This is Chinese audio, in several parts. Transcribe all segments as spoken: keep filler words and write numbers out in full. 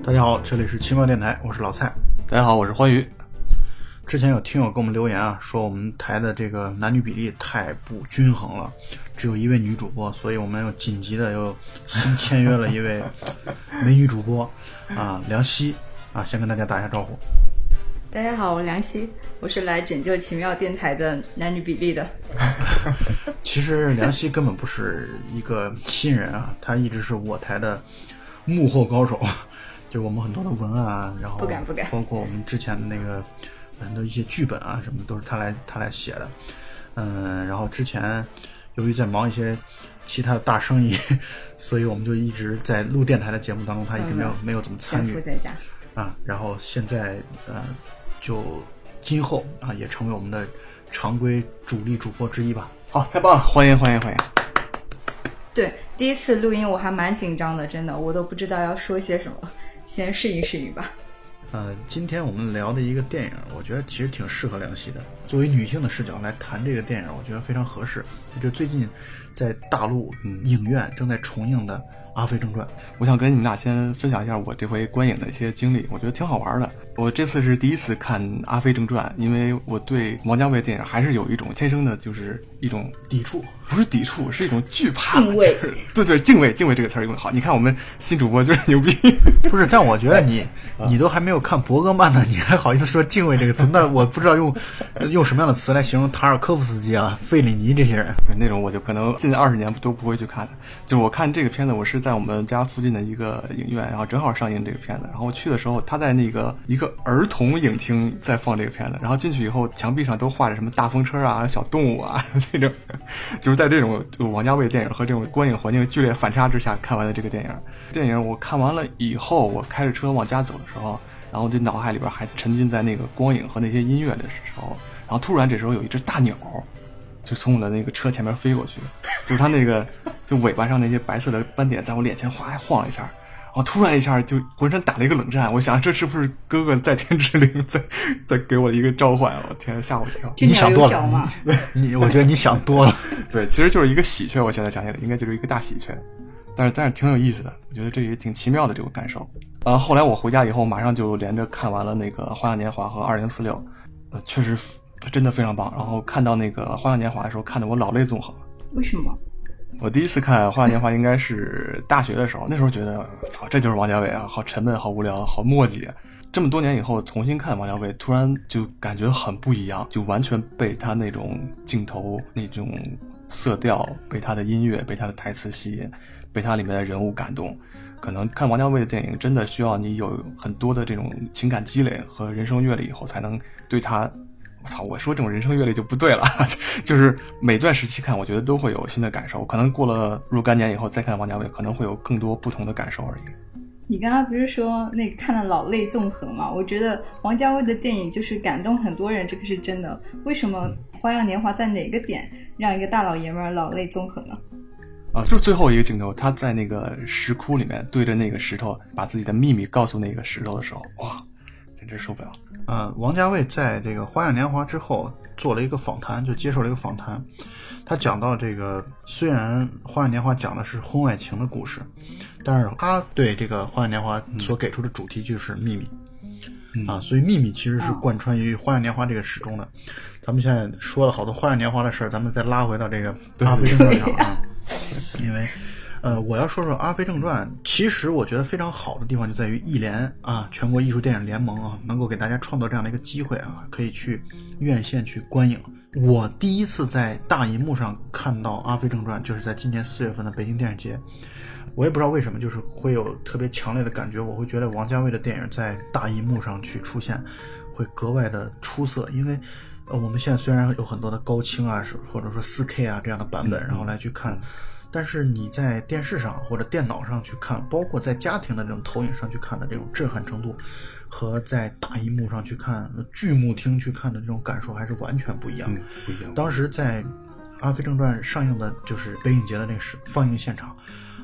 大家好，这里是奇妙电台，我是老蔡。 大家好，我是欢愉。 之前有听友给我们留言啊，说我们台的这个男女比例太不均衡了，只有一位女主播，所以我们又紧急的又新签约了一位美女主播啊，梁希啊，先跟大家打一下招呼。 大家好，我梁希，我是来拯救奇妙电台的男女比例的。 其实梁希根本不是一个新人啊，他一直是我台的幕后高手，就我们很多的文案啊，然后不敢不敢， 包括我们之前的那个很多一些剧本啊什么都是他来他来写的。嗯，然后之前由于在忙一些其他的大生意，所以我们就一直在录电台的节目当中，他一直没有、嗯、没有怎么参与在家啊。然后现在呃，就今后啊也成为我们的常规主力主播之一吧。 好，太棒了，欢迎欢迎欢迎。 对，第一次录音我还蛮紧张的，真的，我都不知道要说些什么，先适应适应吧。 呃，今天我们聊的一个电影，我觉得其实挺适合梁希的。作为女性的视角来谈这个电影，我觉得非常合适。就最近在大陆影院正在重映的《阿飞正传》， 我想跟你们俩先分享一下我这回观影的一些经历，我觉得挺好玩的。我这次是第一次看《阿飞正传》，因为我对王家卫电影还是有一种天生的，就是一种抵触， 不是抵触，是一种惧怕， 敬畏。 就是、对对，敬畏，敬畏这个词用的好。你看我们新主播就是牛逼， 不是？但我觉得你你都还没有看伯格曼呢，你还好意思说敬畏这个词？那我不知道用用什么样的词来形容塔尔科夫斯基啊、费里尼这些人。 对，那种我就可能近二十年都不会去看的。就是我看这个片子，我是在我们家附近的一个影院，然后正好上映这个片子，然后去的时候，他在那个一个儿童影厅在放这个片子，然后进去以后，墙壁上都画着什么大风车啊、小动物啊，这种就是在这种就王家卫电影和这种观影环境剧烈反差之下看完的这个电影。电影我看完了以后，我开着车往家走的时候，然后这脑海里边还沉浸在那个光影和那些音乐的时候，然后突然这时候有一只大鸟就从我的那个车前面飞过去，就是它那个就尾巴上那些白色的斑点在我脸前哗晃了一下，然后突然一下就浑身打了一个冷战，我想这是不是哥哥在天之灵在在给我一个召唤？我天，吓我一跳！ 你想多了，你我觉得你想多了。 对，其实就是一个喜鹊，我现在想起来应该就是一个大喜鹊，但是但是挺有意思的，我觉得这也挺奇妙的这个感受。呃，后来我回家以后马上就连着看完了那个《花样年华》和《二零四六》，呃，确实真的非常棒。然后看到那个《花样年华》的时候，看得我老泪纵横。 为什么？ 我第一次看《花样年华》应该是大学的时候，那时候觉得操，这就是王家卫啊，好沉闷，好无聊，好墨迹。这么多年以后重新看王家卫，突然就感觉很不一样，就完全被他那种镜头、那种色调，被他的音乐，被他的台词吸引，被他里面的人物感动。可能看王家卫的电影真的需要你有很多的这种情感积累和人生阅历以后，才能对他，我操，我说这种人生阅历就不对了，就是每段时期看我觉得都会有新的感受，可能过了若干年以后再看王家卫可能会有更多不同的感受而已。 你刚刚不是说那个看了老泪纵横吗？我觉得王家卫的电影就是感动很多人，这个是真的。为什么花样年华在哪个点让一个大老爷们儿老泪纵横呢？ 啊，就是最后一个镜头，他在那个石窟里面对着那个石头把自己的秘密告诉那个石头的时候，哇，简直受不了。 呃，王家卫在这个《花样年华》之后做了一个访谈，就接受了一个访谈，他讲到这个虽然《花样年华》讲的是婚外情的故事，但是他对这个《花样年华》所给出的主题就是秘密、嗯、啊，所以秘密其实是贯穿于《花样年华》这个始终的。咱们现在说了好多《花样年华》的事儿，咱们再拉回到这个《阿飞正传》上啊，因为呃，我要说说《阿飞正传》，其实我觉得非常好的地方就在于艺联啊，全国艺术电影联盟啊，能够给大家创造这样的一个机会啊，可以去院线去观影。我第一次在大银幕上看到《阿飞正传》，就是在今年四月份的北京电影节。我也不知道为什么，就是会有特别强烈的感觉，我会觉得王家卫的电影在大银幕上去出现，会格外的出色，因为呃，我们现在虽然有很多的高清啊，或者说 四 K 啊这样的版本，然后来去看，但是你在电视上或者电脑上去看，包括在家庭的这种投影上去看的这种震撼程度，和在大银幕上去看、巨幕厅去看的这种感受还是完全不一样。 嗯，不一样。 当时在《阿飞正传》上映的就是北影节的那个放映现场，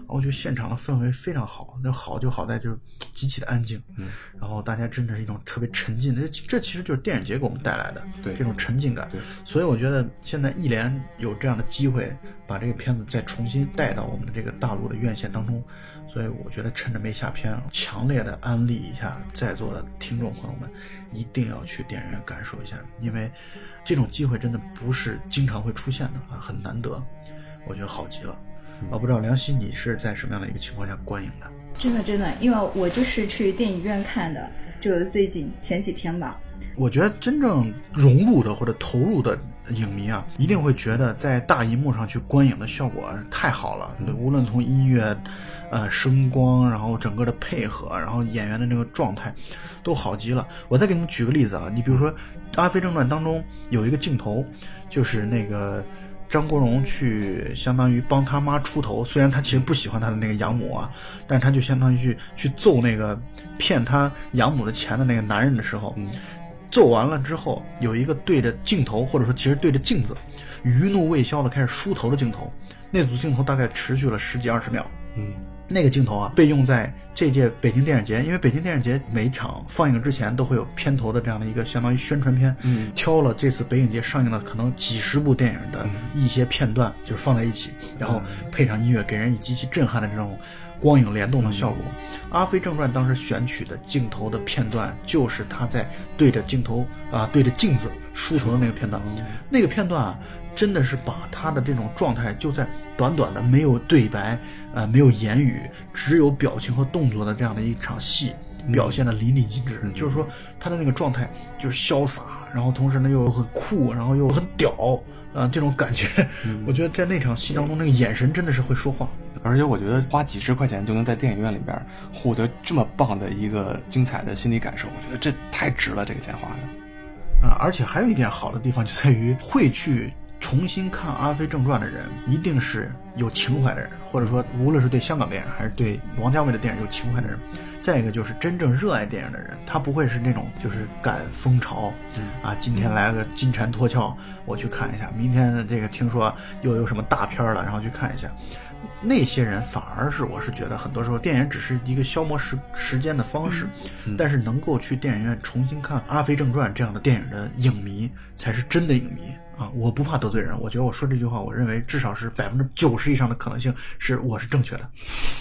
我觉得现场的氛围非常好，那好就好在就是极其的安静， 嗯， 然后大家真的是一种特别沉浸的，这其实就是电影节给我们带来的对这种沉浸感。 对， 所以我觉得现在一连有这样的机会把这个片子再重新带到我们的这个大陆的院线当中，所以我觉得趁着没下片，强烈的安利一下在座的听众朋友们，一定要去电影院感受一下，因为这种机会真的不是经常会出现的啊，很难得，我觉得好极了。我、嗯、不知道梁希你是在什么样的一个情况下观影的？ 真的真的，因为我就是去电影院看的，就最近前几天吧。 我觉得真正融入的或者投入的影迷啊，一定会觉得在大荧幕上去观影的效果太好了，无论从音乐、呃声光，然后整个的配合，然后演员的那个状态都好极了。我再给你们举个例子啊，你比如说《阿飞正传》当中有一个镜头，就是那个张国荣去相当于帮他妈出头，虽然他其实不喜欢他的那个养母啊，但是他就相当于去去揍那个骗他养母的钱的那个男人的时候，嗯，揍完了之后有一个对着镜头，或者说其实对着镜子余怒未消的开始梳头的镜头，那组镜头大概持续了十几二十秒，嗯，那个镜头啊被用在这届北京电影节，因为北京电影节每场放映之前都会有片头的这样的一个相当于宣传片，嗯，挑了这次北影节上映的可能几十部电影的一些片段就是放在一起，然后配上音乐，给人以极其震撼的这种光影联动的效果。阿飞正传当时选取的镜头的片段就是他在对着镜头啊对着镜子梳头的那个片段，那个片段啊真的是把他的这种状态就在短短的没有对白呃没有言语只有表情和动作的这样的一场戏表现的淋漓尽致，嗯，就是说他的那个状态就是潇洒，然后同时呢又很酷，然后又很屌啊，呃，这种感觉，嗯，我觉得在那场戏当中那个眼神真的是会说话。 而且我觉得花几十块钱就能在电影院里边获得这么棒的一个精彩的心理感受，我觉得这太值了，这个钱花的啊！而且还有一点好的地方就在于会去重新看《阿飞正传》的人一定是有情怀的人，或者说无论是对香港电影还是对王家卫的电影有情怀的人。再一个就是真正热爱电影的人，他不会是那种就是赶风潮，嗯，啊，今天来了个金蝉脱壳我去看一下，明天这个听说又有什么大片了然后去看一下，那些人反而是我是觉得很多时候电影只是一个消磨时时间的方式，嗯，但是能够去电影院重新看《阿飞正传》这样的电影的影迷才是真的影迷啊！我不怕得罪人，我觉得我说这句话，我认为至少是百分之九十以上的可能性是我是正确的。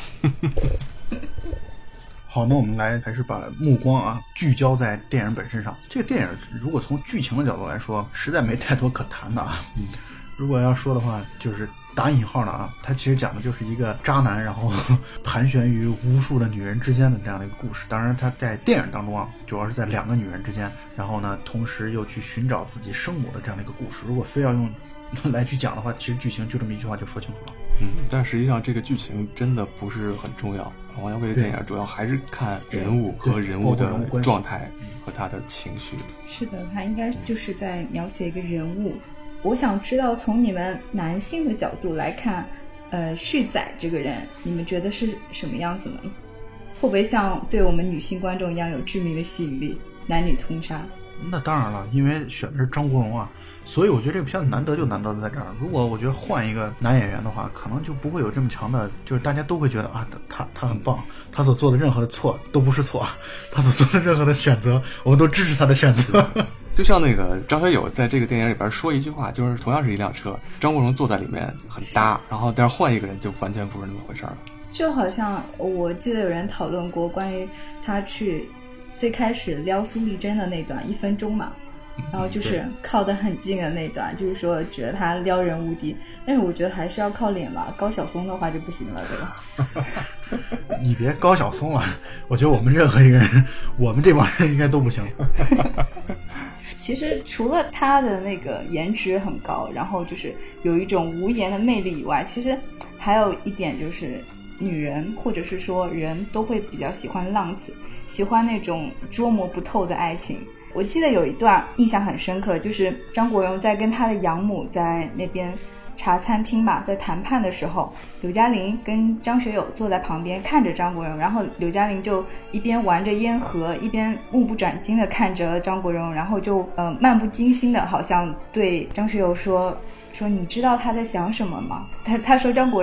好，那我们来还是把目光啊聚焦在电影本身上。这个电影如果从剧情的角度来说，实在没太多可谈的啊。嗯，如果要说的话，就是打引号的啊，它其实讲的就是一个渣男，然后盘旋于无数的女人之间的这样的一个故事。当然，他在电影当中啊，主要是在两个女人之间，然后呢，同时又去寻找自己生母的这样的一个故事。如果非要用来去讲的话，其实剧情就这么一句话就说清楚了。 嗯，但实际上这个剧情真的不是很重要。王家卫的电影主要还是看人物和人物的状态和他的情绪。 是的，他应该就是在描写一个人物。我想知道从你们男性的角度来看，呃，旭仔这个人，你们觉得是什么样子呢？会不会像对我们女性观众一样有致命的吸引力，男女通杀？ 那当然了，因为选的是张国荣啊，所以我觉得这个片子难得就难得在这儿。如果我觉得换一个男演员的话，可能就不会有这么强的，就是大家都会觉得啊，他他很棒，他所做的任何的错都不是错，他所做的任何的选择，我们都支持他的选择。 就像那个张学友在这个电影里边说一句话，就是同样是一辆车，张国荣坐在里面很搭，然后但是换一个人就完全不是那么回事了。 就好像我记得有人讨论过关于他去最开始撩苏丽珍的那段一分钟嘛，然后就是靠得很近的那段，就是说觉得他撩人无敌，但是我觉得还是要靠脸吧，高晓松的话就不行了，对吧？ 你别高晓松了，我觉得我们任何一个人，我们这帮人应该都不行。 其实除了他的那个颜值很高，然后就是有一种无言的魅力以外，其实还有一点就是女人或者是说人都会比较喜欢浪子，喜欢那种捉摸不透的爱情。我记得有一段印象很深刻，就是张国荣在跟他的养母在那边茶餐厅吧，在谈判的时候，刘嘉玲跟张学友坐在旁边看着张国荣，然后刘嘉玲就一边玩着烟盒，一边目不转睛的看着张国荣，然后就呃漫不经心的好像对张学友说说你知道他在想什么吗？他他说张国荣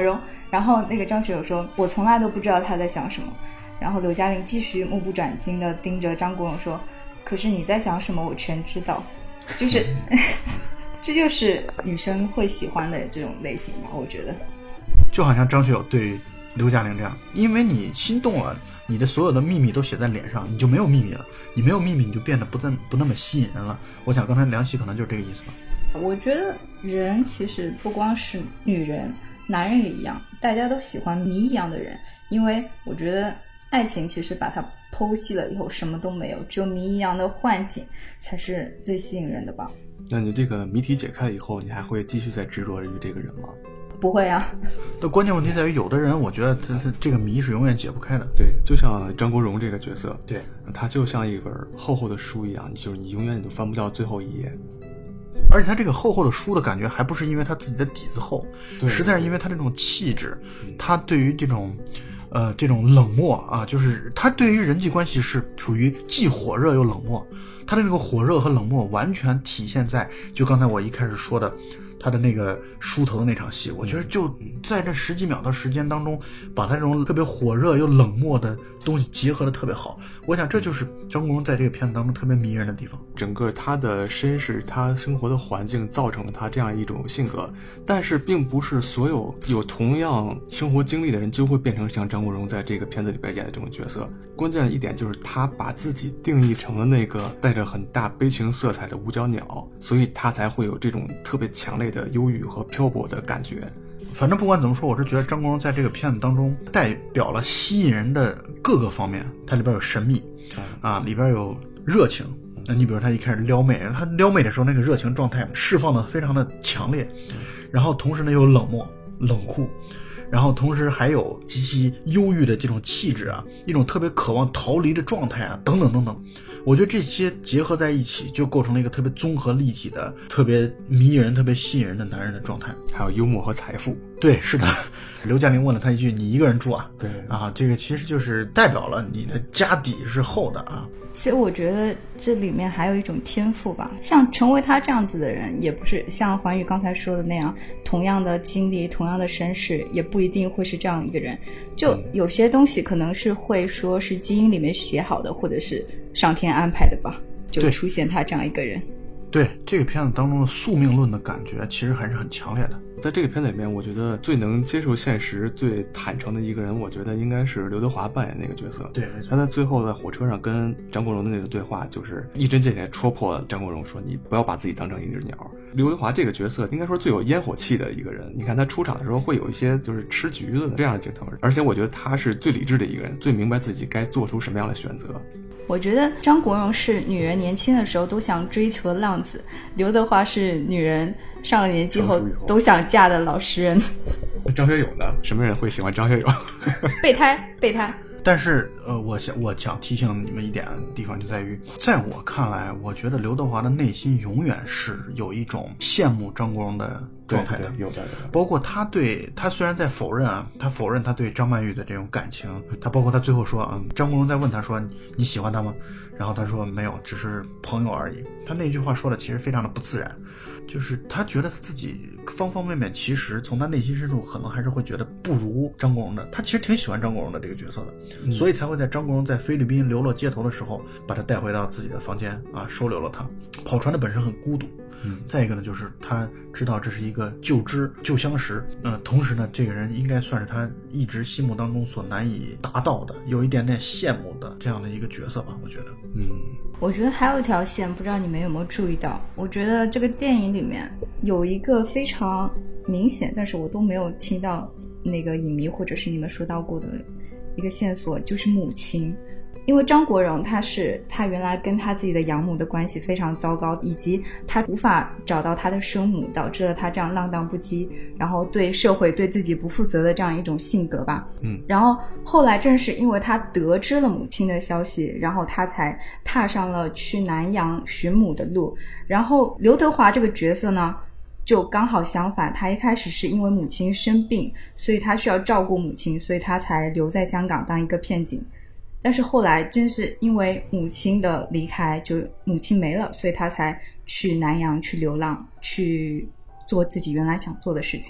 然后那个张学友说我从来都不知道他在想什么，然后刘嘉玲继续目不转睛地盯着张国荣说，可是你在想什么我全知道。就是这就是女生会喜欢的这种类型吧，我觉得就好像张学友对刘嘉玲这样，因为你心动了，你的所有的秘密都写在脸上，你就没有秘密了，你没有秘密你就变得不再不那么吸引人了。我想刚才梁希可能就是这个意思吧。 我觉得人其实不光是女人，男人也一样，大家都喜欢谜一样的人，因为我觉得爱情其实把它剖析了以后什么都没有，只有谜一样的幻境才是最吸引人的吧。 那你这个谜题解开了以后，你还会继续再执着于这个人吗？ 不会啊。 但关键问题在于，有的人我觉得他他这个谜是永远解不开的。 对，就像张国荣这个角色， 对， 他就像一本厚厚的书一样，就是你永远你都翻不到最后一页。 而且他这个厚厚的书的感觉还不是因为他自己的底子厚，实在是因为他这种气质，他对于这种呃这种冷漠啊，就是他对于人际关系是属于既火热又冷漠，他的那个火热和冷漠完全体现在就刚才我一开始说的他的那个梳头的那场戏，我觉得就在这十几秒的时间当中，把他这种特别火热又冷漠的东西结合的特别好。我想这就是张国荣在这个片子当中特别迷人的地方。 整个他的身世，他生活的环境造成了他这样一种性格，但是并不是所有有同样生活经历的人就会变成像张国荣在这个片子里边演的这种角色。关键的一点就是他把自己定义成了那个带着很大悲情色彩的五角鸟，所以他才会有这种特别强烈的忧郁和漂泊的感觉。 反正不管怎么说，我是觉得张国荣在这个片子当中代表了吸引人的各个方面。它里边有神秘啊，里边有热情，那你比如他一开始撩妹，他撩妹的时候那个热情状态释放的非常的强烈，然后同时呢又有冷漠冷酷，然后同时还有极其忧郁的这种气质啊，一种特别渴望逃离的状态啊，等等等等。我觉得这些结合在一起，就构成了一个特别综合立体的、特别迷人、特别吸引人的男人的状态。 还有幽默和财富。 对，是的。刘嘉玲问了他一句：“你一个人住啊？” 对啊，这个其实就是代表了你的家底是厚的啊。 其实我觉得这里面还有一种天赋吧，像成为他这样子的人，也不是像环宇刚才说的那样，同样的经历、同样的身世，也不一定会是这样一个人。就有些东西可能是会说是基因里面写好的，或者是上天安排的吧，就出现他这样一个人。 对，这个片子当中的宿命论的感觉其实还是很强烈的。 在这个片子里面，我觉得最能接受现实、最坦诚的一个人，我觉得应该是刘德华扮演那个角色。 对， 他在最后在火车上跟张国荣的那个对话，就是一针见血戳破张国荣说：“你不要把自己当成一只鸟。”刘德华这个角色应该说最有烟火气的一个人。你看他出场的时候会有一些就是吃橘子的这样的镜头，而且我觉得他是最理智的一个人，最明白自己该做出什么样的选择。 我觉得张国荣是女人年轻的时候都想追求的浪子，刘德华是女人上了年纪后都想嫁的老实人。 张学友呢？什么人会喜欢张学友？ 备胎，备胎。 但是呃，我想我想提醒你们一点地方就在于，在我看来，我觉得刘德华的内心永远是有一种羡慕张国荣的状态的。 对对对，有的有的。 包括他对他虽然在否认啊，他否认他对张曼玉的这种感情，他包括他最后说啊，张国荣在问他说你喜欢他吗？然后他说没有，只是朋友而已。他那句话说的其实非常的不自然，就是他觉得他自己方方面面其实从他内心深处可能还是会觉得不如张国荣的。他其实挺喜欢张国荣的这个角色的，嗯、所以才会在张国荣在菲律宾流落街头的时候把他带回到自己的房间啊，收留了他。跑船的本身很孤独，嗯，再一个呢就是他知道这是一个旧知旧相识，呃，同时呢这个人应该算是他一直心目当中所难以达到的，有一点点羡慕的这样的一个角色吧，我觉得。 嗯， 我觉得还有一条线，不知道你们有没有注意到，我觉得这个电影里面有一个非常明显，但是我都没有听到那个影迷或者是你们说到过的一个线索，就是母亲。因为张国荣他是他原来跟他自己的养母的关系非常糟糕，以及他无法找到他的生母，导致了他这样浪荡不羁，然后对社会对自己不负责的这样一种性格吧。 嗯， 然后后来正是因为他得知了母亲的消息，然后他才踏上了去南洋寻母的路。然后刘德华这个角色呢就刚好相反，他一开始是因为母亲生病，所以他需要照顾母亲，所以他才留在香港当一个骗警。但是后来正是因为母亲的离开，就母亲没了，所以他才去南洋去流浪，去做自己原来想做的事情。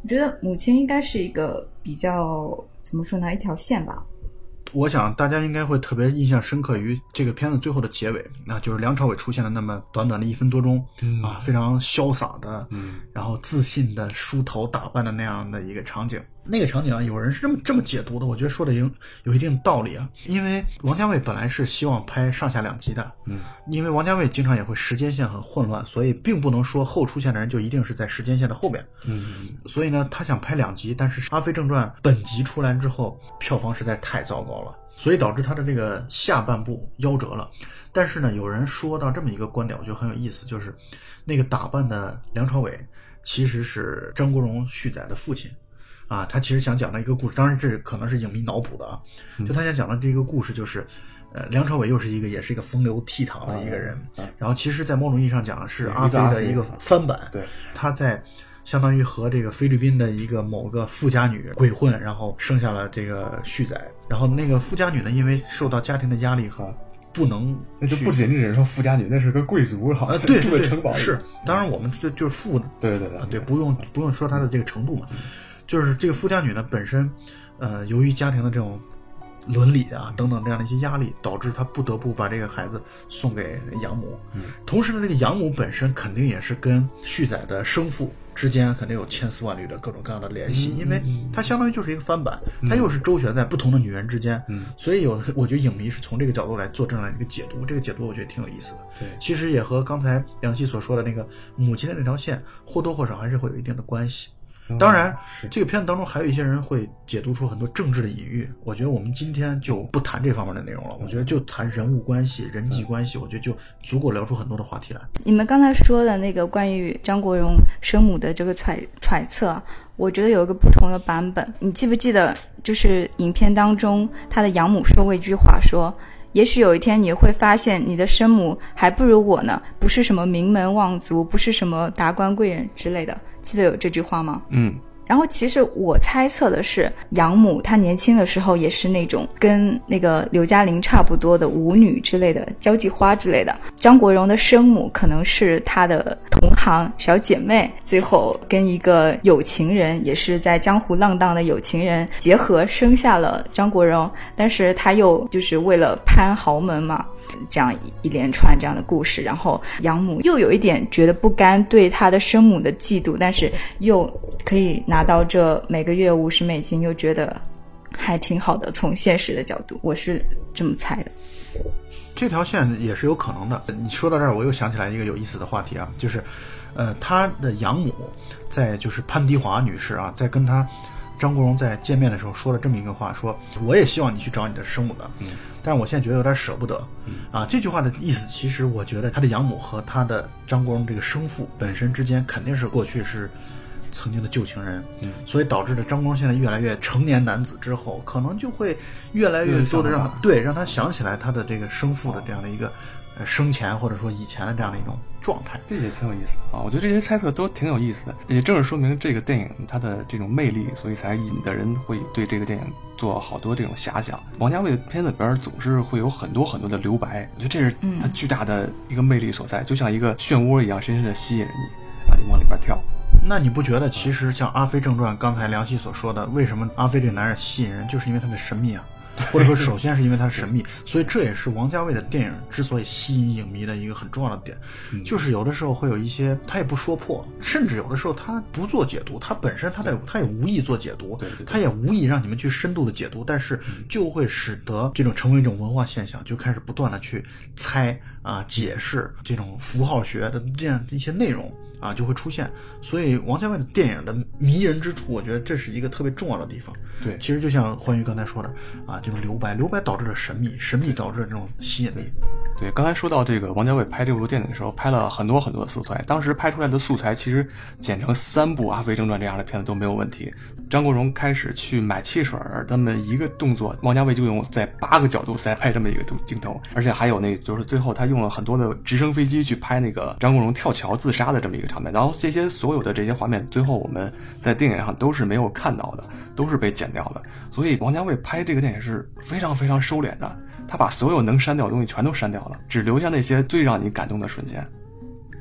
我觉得母亲应该是一个比较怎么说呢，一条线吧。 我想大家应该会特别印象深刻于这个片子最后的结尾，那就是梁朝伟出现了那么短短的一分多钟、嗯、啊，非常潇洒的、嗯、然后自信的梳头打扮的那样的一个场景。那个场景啊，有人是这么这么解读的，我觉得说的有有一定道理啊。因为王家卫本来是希望拍上下两集的，嗯，因为王家卫经常也会时间线很混乱，所以并不能说后出现的人就一定是在时间线的后边，嗯，所以呢，他想拍两集，但是《阿飞正传》本集出来之后，票房实在太糟糕了，所以导致他的这个下半部夭折了。但是呢，有人说到这么一个观点，我觉得很有意思，就是那个打扮的梁朝伟其实是张国荣续载的父亲。啊，他其实想讲的一个故事，当然这可能是影迷脑补的啊。就他想讲的这个故事，就是呃，梁朝伟又是一个也是一个风流倜傥的一个人，嗯嗯、然后其实，在某种意义上讲是阿飞的一个翻版。对，他在相当于和这个菲律宾的一个某个富家女鬼混，然后生下了这个续载。然后那个富家女呢，因为受到家庭的压力和不能， 那就不仅仅是说富家女，那是个贵族，好像对对城堡对，是。当然我们就就是富， 对对对对，不用不用说他的这个程度嘛。就是这个富家女呢本身呃由于家庭的这种伦理啊等等这样的一些压力，导致她不得不把这个孩子送给养母、嗯、同时呢这个养母本身肯定也是跟续载的生父之间肯定有千丝万缕的各种各样的联系、嗯、因为它相当于就是一个翻版、嗯、它又是周旋在不同的女人之间、嗯、所以有我觉得影迷是从这个角度来做这样的一个解读，这个解读我觉得挺有意思的。对，其实也和刚才梁希所说的那个母亲的那条线或多或少还是会有一定的关系。当然、嗯、这个片子当中还有一些人会解读出很多政治的隐喻，我觉得我们今天就不谈这方面的内容了，我觉得就谈人物关系人际关系、嗯、我觉得就足够聊出很多的话题来。 你们刚才说的那个关于张国荣生母的这个揣揣测，我觉得有一个不同的版本。你记不记得就是影片当中他的养母说过一句话，说也许有一天你会发现你的生母还不如我呢，不是什么名门望族，不是什么达官贵人之类的，记得有这句话吗？嗯。然后其实我猜测的是，养母她年轻的时候也是那种跟那个刘嘉玲差不多的舞女之类的，交际花之类的。张国荣的生母可能是她的同行小姐妹，最后跟一个有情人，也是在江湖浪荡的有情人结合，生下了张国荣。但是他又就是为了攀豪门嘛，这样一连串这样的故事，然后养母又有一点觉得不甘对他的生母的嫉妒，但是又可以拿到这每个月五十美金，又觉得还挺好的，从现实的角度我是这么猜的。 这条线也是有可能的。你说到这儿我又想起来一个有意思的话题啊，就是呃，他的养母在就是潘迪华女士啊，在跟他张国荣在见面的时候说了这么一个话，说我也希望你去找你的生母的，嗯，但是我现在觉得有点舍不得，嗯啊，这句话的意思其实我觉得他的养母和他的张国荣这个生父本身之间肯定是过去是曾经的旧情人，嗯，所以导致的张国荣现在越来越成年男子之后，可能就会越来越多的让他对让他想起来他的这个生父的这样的一个呃生前或者说以前的这样的一种状态。 这也挺有意思的啊！我觉得这些猜测都挺有意思的，也正是说明这个电影它的这种魅力，所以才引得人会对这个电影做好多这种遐想。王家卫的片子里边总是会有很多很多的留白，我觉得这是它巨大的一个魅力所在，嗯、就像一个漩涡一样，深深的吸引着你，让你往里边跳。 那你不觉得其实像《阿飞正传》刚才梁希所说的，为什么阿飞这个男人吸引人，就是因为他的神秘啊？或者说首先是因为它神秘，所以这也是王家卫的电影之所以吸引影迷的一个很重要的点，就是有的时候会有一些他也不说破，甚至有的时候他不做解读，他本身他的他也无意做解读，他也无意让你们去深度的解读，但是就会使得这种成为一种文化现象，就开始不断的去猜啊解释这种符号学的这样一些内容啊就会出现。所以王家卫的电影的迷人之处，我觉得这是一个特别重要的地方。对，其实就像欢愉刚才说的啊，这种留白，留白导致了神秘，神秘导致了这种吸引力。 对，刚才说到这个王家卫拍这部电影的时候，拍了很多很多的素材，当时拍出来的素材其实剪成三部《阿飞正传》这样的片子都没有问题。张国荣开始去买汽水，那么一个动作，王家卫就用在八个角度在拍这么一个镜头，而且还有那就是最后他用了很多的直升飞机去拍那个张国荣跳桥自杀的这么一个场面，然后这些所有的这些画面，最后我们在电影上都是没有看到的，都是被剪掉的。所以王家卫拍这个电影是非常非常收敛的，他把所有能删掉的东西全都删掉了，只留下那些最让你感动的瞬间。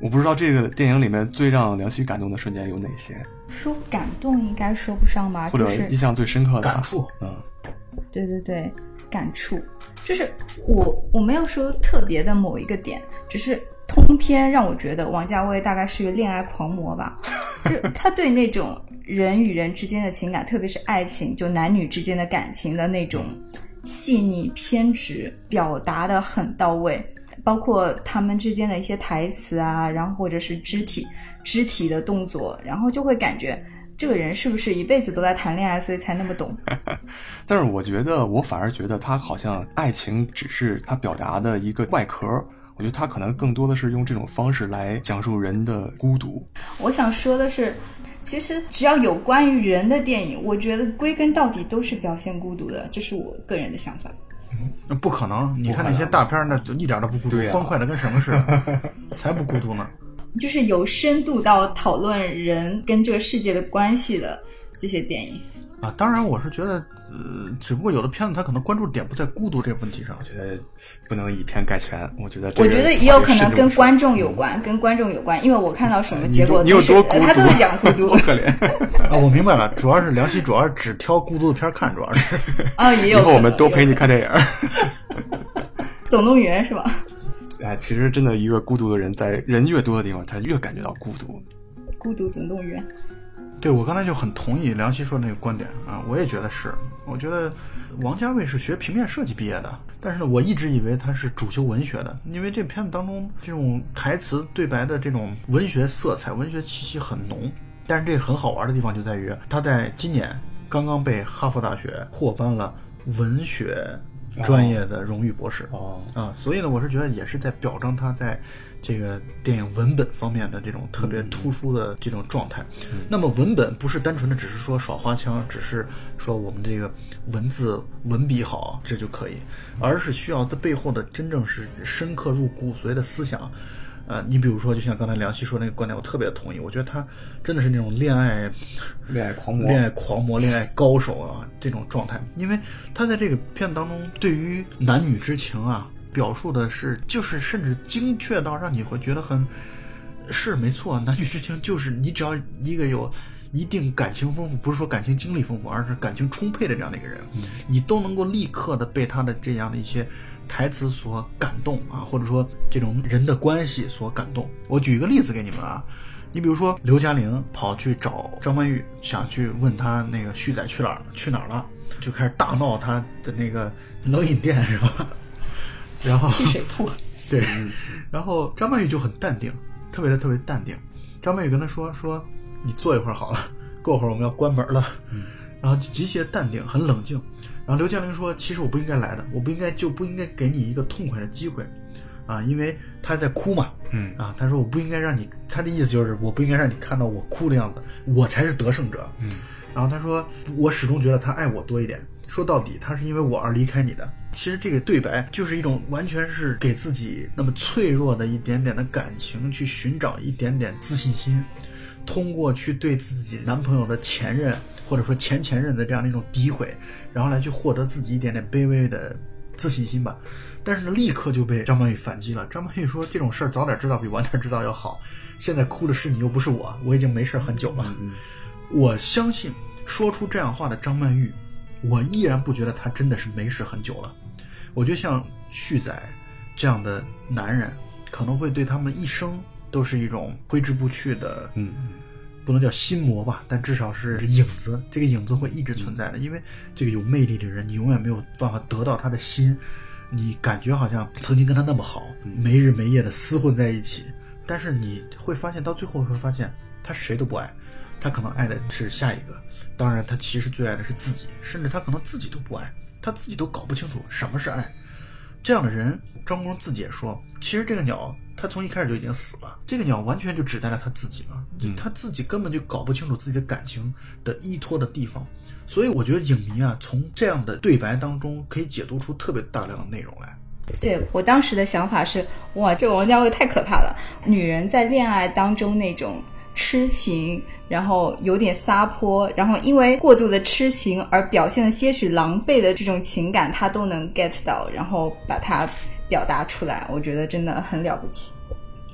我不知道这个电影里面最让梁希感动的瞬间有哪些， 说感动应该说不上吧， 或者印象最深刻的感触。 嗯， 对对对，感触就是我我没有说特别的某一个点，只是通篇让我觉得王家卫大概是个恋爱狂魔吧，就是他对那种人与人之间的情感，特别是爱情，就男女之间的感情的那种细腻偏执表达的很到位，包括他们之间的一些台词啊，然后或者是肢体肢体的动作，然后就会感觉这个人是不是一辈子都在谈恋爱，所以才那么懂。 但是我觉得我反而觉得他好像爱情只是他表达的一个外壳，我觉得他可能更多的是用这种方式来讲述人的孤独。 我想说的是，其实只要有关于人的电影，我觉得归根到底都是表现孤独的，这是我个人的想法。 嗯、不可能，你看那些大片那就一点都不孤独， 啊、 欢快的跟什么似的，才不孤独呢。 就是有深度到讨论人跟这个世界的关系的这些电影啊。当然我是觉得呃，只不过有的片子它可能关注点不在孤独这个问题上。 我觉得不能以偏概全，我觉得这我觉得也有可能跟观众有关、嗯、跟观众有关，因为我看到什么结果你有多孤独， 他都是讲孤独。 多可怜啊！我明白了，主要是梁希主要是只挑孤独的片看，主要是啊，也有以后我们多陪你看电影总动员是吧？ 哎，其实真的一个孤独的人，在人越多的地方，他越感觉到孤独。 孤独总动员。 对，我刚才就很同意梁希说的那个观点啊，我也觉得是。我觉得王家卫是学平面设计毕业的，但是呢，我一直以为他是主修文学的，因为这片子当中这种台词对白的这种文学色彩、文学气息很浓。但是这个很好玩的地方就在于，他在今年刚刚被哈佛大学获颁了文学专业的荣誉博士哦啊，所以呢，我是觉得也是在表彰他在这个电影文本方面的这种特别突出的这种状态。嗯、那么文本不是单纯的只是说耍花枪，只是说我们这个文字文笔好这就可以，而是需要它背后的真正是深刻入骨髓的思想。呃，你比如说，就像刚才梁希说那个观点，我特别同意。我觉得他真的是那种恋爱、 恋爱狂魔、 恋爱狂魔、恋爱高手啊这种状态。因为他在这个片子当中，对于男女之情啊，表述的是，就是甚至精确到让你会觉得很是没错，男女之情就是你只要一个有一定感情丰富，不是说感情经历丰富，而是感情充沛的这样的一个人，嗯、你都能够立刻的被他的这样的一些台词所感动啊，或者说这种人的关系所感动。我举一个例子给你们啊，你比如说刘嘉玲跑去找张曼玉，想去问他那个旭仔去哪儿去哪儿了，就开始大闹他的那个冷饮店是吧？然后汽水铺对，然后张曼玉就很淡定，特别的特别淡定。张曼玉跟他说说你坐一会儿好了，过会儿我们要关门了。嗯，然后极其的淡定，很冷静。然后刘嘉玲说其实我不应该来的，我不应该就不应该给你一个痛快的机会啊，因为他在哭嘛。嗯啊，他说我不应该让你，他的意思就是我不应该让你看到我哭的样子，我才是得胜者。嗯，然后他说我始终觉得他爱我多一点，说到底他是因为我而离开你的。其实这个对白就是一种完全是给自己那么脆弱的一点点的感情去寻找一点点自信心，通过去对自己男朋友的前任或者说前前任的这样的一种诋毁，然后来去获得自己一点点卑微的自信心吧。但是呢，立刻就被张曼玉反击了。张曼玉说这种事儿早点知道比晚点知道要好，现在哭的是你又不是我，我已经没事很久了。嗯、我相信说出这样话的张曼玉，我依然不觉得他真的是没事很久了。我觉得像旭仔这样的男人可能会对他们一生都是一种挥之不去的，嗯，不能叫心魔吧，但至少是影子，这个影子会一直存在的。因为这个有魅力的人你永远没有办法得到他的心，你感觉好像曾经跟他那么好，没日没夜的厮混在一起，但是你会发现到最后会发现他谁都不爱，他可能爱的是下一个，当然他其实最爱的是自己，甚至他可能自己都不爱，他自己都搞不清楚什么是爱。这样的人，张国荣自己也说，其实这个鸟他从一开始就已经死了，这个鸟完全就只带了他自己了，嗯、他自己根本就搞不清楚自己的感情的依托的地方。所以我觉得影迷啊，从这样的对白当中可以解读出特别大量的内容来。 对，我当时的想法是，哇，这个王家卫太可怕了，女人在恋爱当中那种痴情，然后有点撒泼，然后因为过度的痴情而表现了些许狼狈的这种情感，他都能 get 到，然后把它表达出来，我觉得真的很了不起。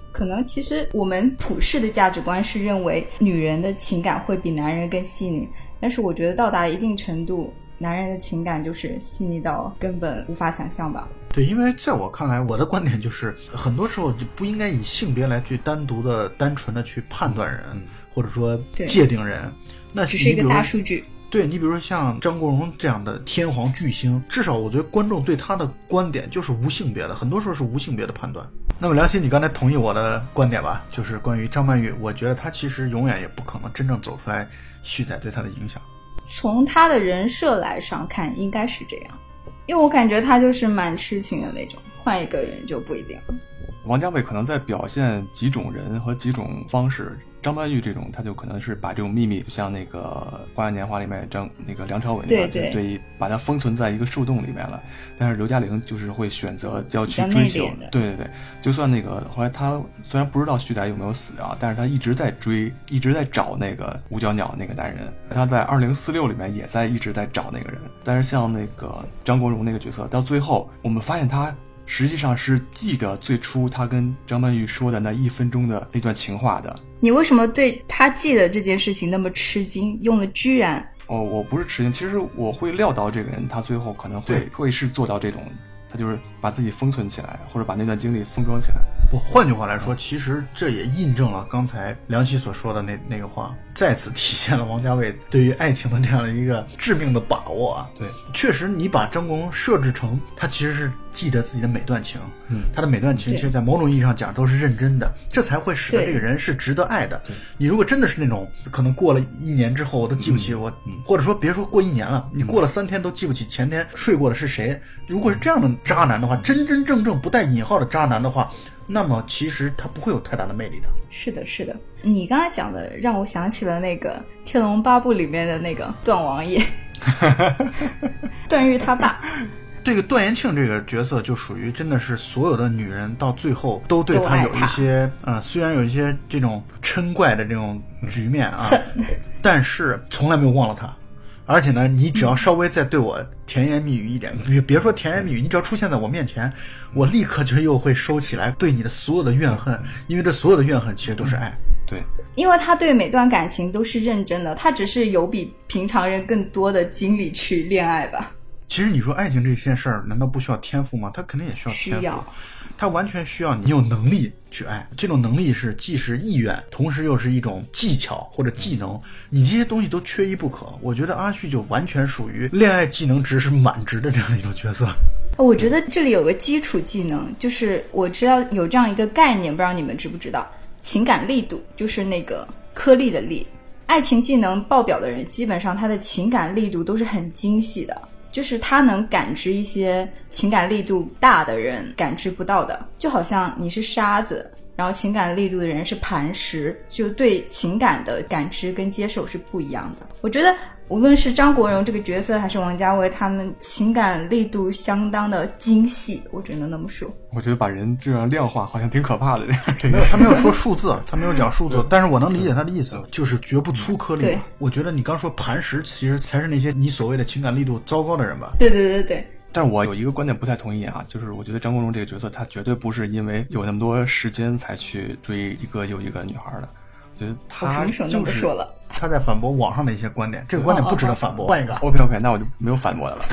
可能其实我们普世的价值观是认为女人的情感会比男人更细腻，但是我觉得到达一定程度，男人的情感就是细腻到根本无法想象吧。 对，因为在我看来，我的观点就是很多时候就不应该以性别来去单独的单纯的去判断人、嗯、或者说界定人，那只是一个大数据。 对，你比如说像张国荣这样的天皇巨星，至少我觉得观众对他的观点就是无性别的，很多时候是无性别的判断。那么梁希，你刚才同意我的观点吧？就是关于张曼玉，我觉得他其实永远也不可能真正走出来旭仔对他的影响。 从他的人设来上看应该是这样，因为我感觉他就是蛮痴情的那种，换一个人就不一定。 王家卫可能在表现几种人和几种方式，张曼玉这种他就可能是把这种秘密，像那个花样年华里面张那个梁朝伟对对对，把它封存在一个树洞里面了。但是刘嘉玲就是会选择要去追求，对对对，就算那个后来他虽然不知道旭仔有没有死啊，但是他一直在追，一直在找那个五角鸟那个男人。他在二零四六里面也在一直在找那个人。但是像那个张国荣那个角色，到最后我们发现他实际上是记得最初他跟张曼玉说的那一分钟的那段情话的。 你为什么对他记得这件事情那么吃惊，用了居然？ 哦，我不是吃惊，其实我会料到这个人他最后可能会会是做到这种，他就是把自己封存起来，或者把那段经历封装起来。 不，换句话来说，其实这也印证了刚才梁希所说的那那个话，再次体现了王家卫对于爱情的这样的一个致命的把握啊。 对， 确实你把张国荣设置成他其实是记得自己的每段情，嗯，他的每段情其实在某种意义上讲都是认真的，这才会使得这个人是值得爱的。你如果真的是那种可能过了一年之后我都记不起我、嗯、或者说别说过一年了，你过了三天都记不起前天睡过的是谁，如果是这样的渣男的话，真真正正不带引号的渣男的话，那么其实他不会有太大的魅力的。 是的是的，你刚才讲的让我想起了那个《天龙八部》里面的那个段王爷段誉他爸。 这个段延庆这个角色就属于真的是所有的女人到最后都对他有一些呃，虽然有一些这种嗔怪的这种局面啊，但是从来没有忘了他。而且呢，你只要稍微再对我甜言蜜语一点，别别说甜言蜜语，你只要出现在我面前，我立刻就又会收起来对你的所有的怨恨，因为这所有的怨恨其实都是爱。 对， 因为他对每段感情都是认真的，他只是有比平常人更多的精力去恋爱吧。 其实你说爱情这件事儿难道不需要天赋吗？他肯定也需要天赋， 需要， 他完全需要你有能力去爱。这种能力是既是意愿，同时又是一种技巧或者技能，你这些东西都缺一不可。我觉得阿旭就完全属于恋爱技能值是满值的这样的一种角色。 我觉得这里有个基础技能，就是我知道有这样一个概念，不知道你们知不知道，情感力度，就是那个颗粒的粒。爱情技能爆表的人，基本上他的情感力度都是很精细的，就是他能感知一些情感力度大的人感知不到的，就好像你是沙子，然后情感力度的人是磐石，就对情感的感知跟接受是不一样的。我觉得无论是张国荣这个角色还是王家卫，他们情感力度相当的精细，我只能那么说。 我觉得把人这样量化好像挺可怕的。这没有，他没有说数字，他没有讲数字，但是我能理解他的意思，就是绝不粗颗粒。对，我觉得你刚说磐石，其实才是那些你所谓的情感力度糟糕的人吧？ 对对对对。 但是我有一个观点不太同意啊，就是我觉得张国荣这个角色，他绝对不是因为有那么多时间才去追一个又一个女孩的。我觉得他就是说了， 他在反驳网上的一些观点，这个观点不值得反驳，换一个。 OK OK， 那我就没有反驳的了。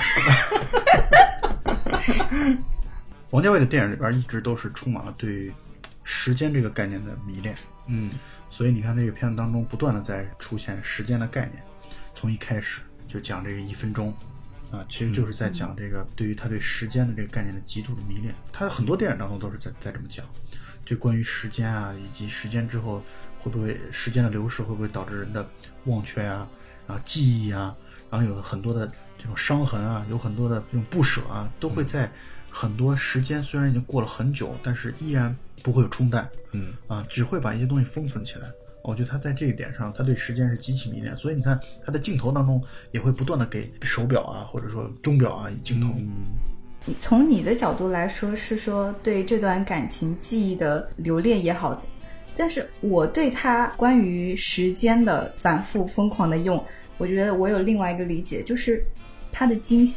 王家卫的电影里边一直都是充满了对时间这个概念的迷恋， 嗯， 所以你看这个片子当中不断的在出现时间的概念，从一开始就讲这个一分钟啊，其实就是在讲这个对于他对时间的这个概念的极度的迷恋。他很多电影当中都是在在这么讲，就关于时间啊，以及时间之后会不会时间的流逝会不会导致人的忘却啊，然后记忆啊，然后有很多的这种伤痕啊，有很多的这种不舍啊，都会在很多时间虽然已经过了很久，但是依然不会有冲淡， 嗯啊，只会把一些东西封存起来。我觉得他在这一点上，他对时间是极其迷恋，所以你看他的镜头当中也会不断的给手表啊，或者说钟表啊镜头。 嗯，从你的角度来说，是说对这段感情记忆的留恋也好，但是我对他关于时间的反复疯狂的用，我觉得我有另外一个理解，就是他的精细。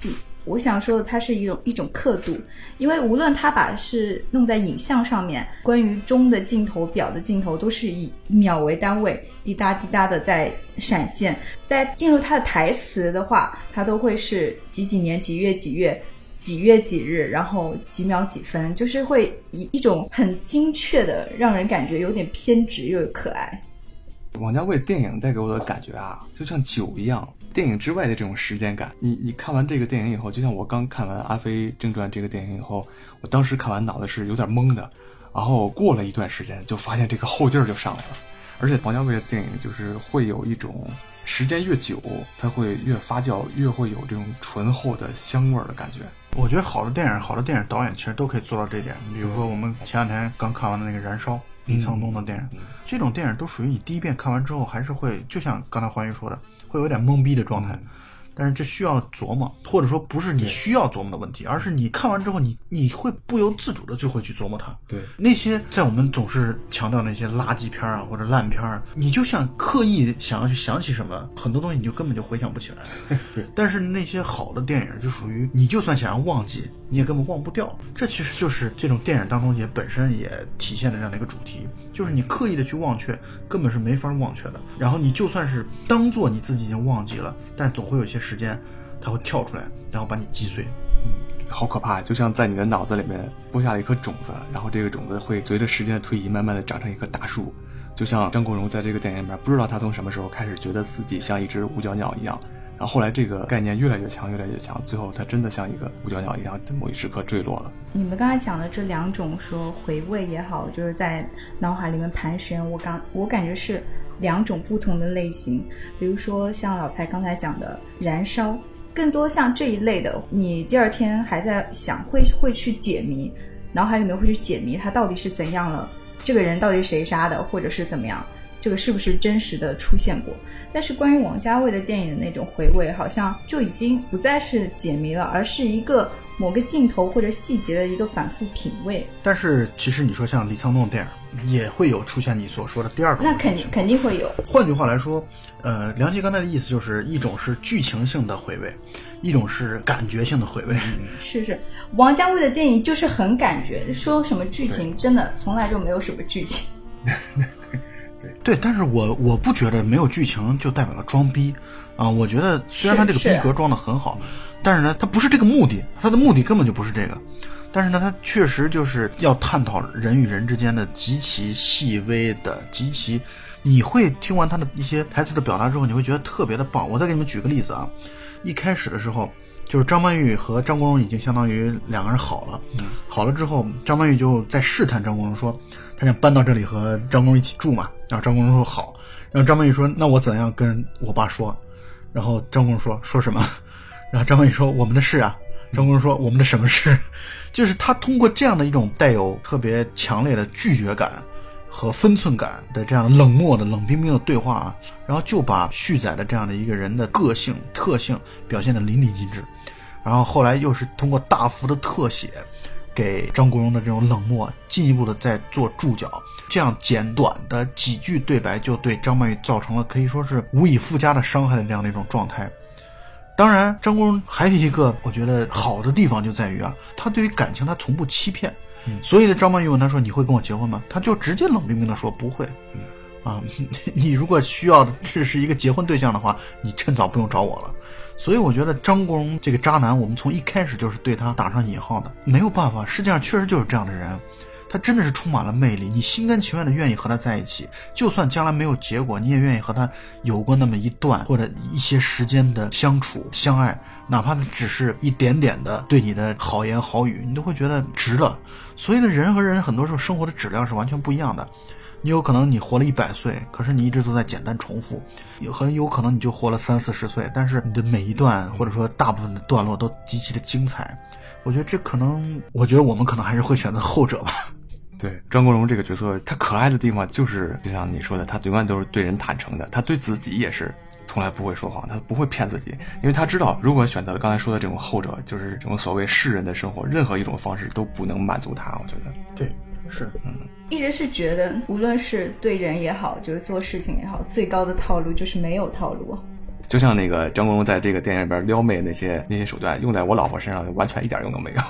我想说的它是一种一种刻度，因为无论他把是弄在影像上面，关于中的镜头表的镜头都是以秒为单位滴答滴答的在闪现，在进入他的台词的话，它都会是几几年几月几月几月几日，然后几秒几分，就是会以一种很精确的让人感觉有点偏执又有可爱。 王家卫电影带给我的感觉啊，就像酒一样，电影之外的这种时间感。你你看完这个电影以后，就像我刚看完《阿飞正传》这个电影以后，我当时看完脑子是有点懵的，然后过了一段时间就发现这个后劲儿就上来了。而且王家卫的电影就是会有一种时间越久它会越发酵，越会有这种醇厚的香味儿的感觉。 我觉得好的电影好的电影导演其实都可以做到这点。比如说我们前两天刚看完的那个《燃烧》，李沧东的电影、嗯、这种电影都属于你第一遍看完之后还是会就像刚才欢愉说的会有点懵逼的状态、嗯、但是这需要琢磨，或者说不是你需要琢磨的问题，而是你看完之后你你会不由自主的就会去琢磨它。 对， 那些在我们总是强调那些垃圾片啊或者烂片啊，你就像刻意想要去想起什么，很多东西你就根本就回想不起来。 对， 但是那些好的电影就属于你就算想要忘记你也根本忘不掉，这其实就是这种电影当中也本身也体现了这样的一个主题，就是你刻意的去忘却根本是没法忘却的，然后你就算是当做你自己已经忘记了，但总会有一些时间它会跳出来然后把你击碎。 嗯，好可怕，就像在你的脑子里面播下了一颗种子，然后这个种子会随着时间的推移慢慢的长成一棵大树。就像张国荣在这个电影里面，不知道他从什么时候开始觉得自己像一只五脚鸟一样，然后后来这个概念越来越强越来越强，最后他真的像一个五脚鸟一样在某一时刻坠落了。 你们刚才讲的这两种说回味也好，就是在脑海里面盘旋，我刚我感觉是两种不同的类型。比如说像老蔡刚才讲的燃烧，更多像这一类的，你第二天还在想会会去解谜，脑海里面会去解谜他到底是怎样了，这个人到底谁杀的，或者是怎么样，这个是不是真实的出现过。但是关于王家卫的电影的那种回味，好像就已经不再是解谜了，而是一个某个镜头或者细节的一个反复品味。 但是其实你说像李沧东的电影也会有出现你所说的第二种， 那肯定肯定会有。 换句话来说，呃，梁希刚才的意思就是一种是剧情性的回味，一种是感觉性的回味。 是是，王家卫的电影就是很感觉，说什么剧情真的从来就没有什么剧情。 对对，但是我我不觉得没有剧情就代表了装逼啊！我觉得虽然他这个逼格装得很好，但是呢，他不是这个目的，他的目的根本就不是这个。但是呢，他确实就是要探讨人与人之间的极其细微的、极其，你会听完他的一些台词的表达之后，你会觉得特别的棒。我再给你们举个例子啊，一开始的时候，就是张曼玉和张国荣已经相当于两个人好了，嗯、好了之后，张曼玉就在试探张国荣说，他想搬到这里和张国荣一起住嘛。然后张国荣说好，然后张曼玉说那我怎样跟我爸说，然后张国荣说说什么，然后张曼玉说我们的事啊，张国荣说我们的什么事，就是他通过这样的一种带有特别强烈的拒绝感和分寸感的这样冷漠的冷冰冰的对话啊，然后就把旭仔的这样的一个人的个性特性表现得淋漓尽致，然后后来又是通过大幅的特写给张国荣的这种冷漠进一步的在做注脚，这样简短的几句对白就对张曼玉造成了可以说是无以复加的伤害的这样的一种状态。当然张国荣还有一个我觉得好的地方就在于啊，他对于感情他从不欺骗、嗯、所以的张曼玉问他说你会跟我结婚吗，他就直接冷冰冰的说不会、嗯、啊，你如果需要的这是一个结婚对象的话，你趁早不用找我了。所以我觉得张国荣这个渣男，我们从一开始就是对他打上引号的，没有办法，世界上确实就是这样的人，他真的是充满了魅力，你心甘情愿的愿意和他在一起，就算将来没有结果，你也愿意和他有过那么一段或者一些时间的相处相爱，哪怕只是一点点的对你的好言好语，你都会觉得值了。所以呢，人和人很多时候生活的质量是完全不一样的。你有可能你活了一百岁，可是你一直都在简单重复，有很有可能你就活了三四十岁，但是你的每一段或者说大部分的段落都极其的精彩。我觉得这可能，我觉得我们可能还是会选择后者吧。 对，张国荣这个角色他可爱的地方就是就像你说的，他永远都是对人坦诚的，他对自己也是从来不会说谎，他不会骗自己，因为他知道如果选择了刚才说的这种后者，就是这种所谓世人的生活，任何一种方式都不能满足他。我觉得对，是，嗯， 一直是觉得无论是对人也好，就是做事情也好，最高的套路就是没有套路。 就像那个张国荣在这个电影里边撩妹那些那些手段，用在我老婆身上完全一点用都没有。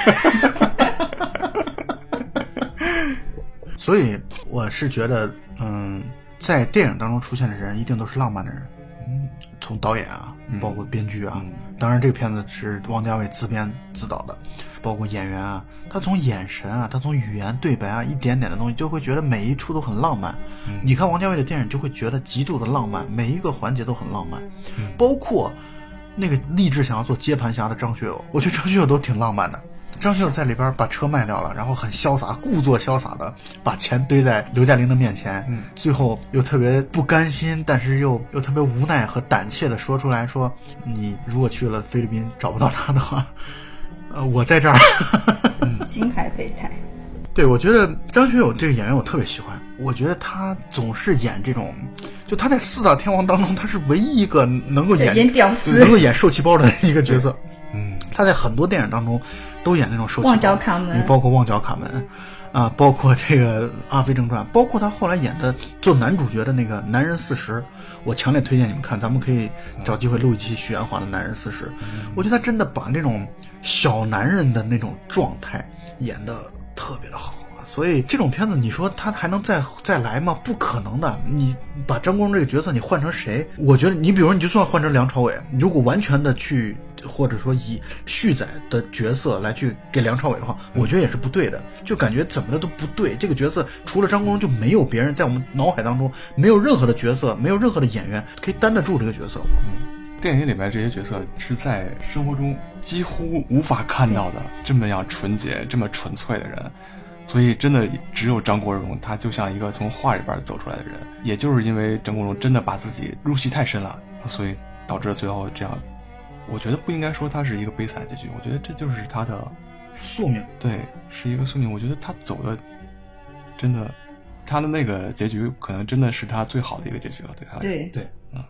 所以我是觉得，嗯，在电影当中出现的人一定都是浪漫的人，嗯，从导演啊，包括编剧啊，嗯、当然这个片子是王家卫自编自导的，包括演员啊，他从眼神啊，他从语言对白啊，一点点的东西就会觉得每一处都很浪漫。嗯、你看王家卫的电影就会觉得极度的浪漫，每一个环节都很浪漫，嗯、包括那个立志想要做接盘侠的张学友，我觉得张学友都挺浪漫的。张学友在里边把车卖掉了，然后很潇洒，故作潇洒的把钱堆在刘嘉玲的面前，嗯，最后又特别不甘心，但是又又特别无奈和胆怯的说出来说，你如果去了菲律宾找不到他的话，呃，我在这儿。 金牌备胎。 对，我觉得张学友这个演员我特别喜欢，我觉得他总是演这种，就他在四大天王当中，他是唯一一个能够演演屌丝， 能够演受气包的一个角色。嗯，他在很多电影当中都演那种受气包， 旺角卡门， 包括旺角卡门啊，包括这个《阿飞正传》，包括他后来演的做男主角的那个《男人四十》，我强烈推荐你们看，咱们可以找机会录一期许鞍华的《男人四十》。我觉得他真的把那种小男人的那种状态演得特别的好。所以这种片子你说他还能再再来吗？不可能的。你把张国荣这个角色你换成谁，我觉得你比如说你就算换成梁朝伟，如果完全的去或者说以续载的角色来去给梁朝伟的话，我觉得也是不对的，就感觉怎么的都不对。这个角色除了张国荣就没有别人，在我们脑海当中没有任何的角色，没有任何的演员可以担得住这个角色。 嗯，电影里面这些角色是在生活中几乎无法看到的，这么样纯洁这么纯粹的人，所以真的只有张国荣，他就像一个从画里边走出来的人。也就是因为张国荣真的把自己入戏太深了，所以导致最后这样。我觉得不应该说他是一个悲惨结局，我觉得这就是他的宿命。 对，是一个宿命。我觉得他走的真的，他的那个结局可能真的是他最好的一个结局了，对他来说。 对对，嗯。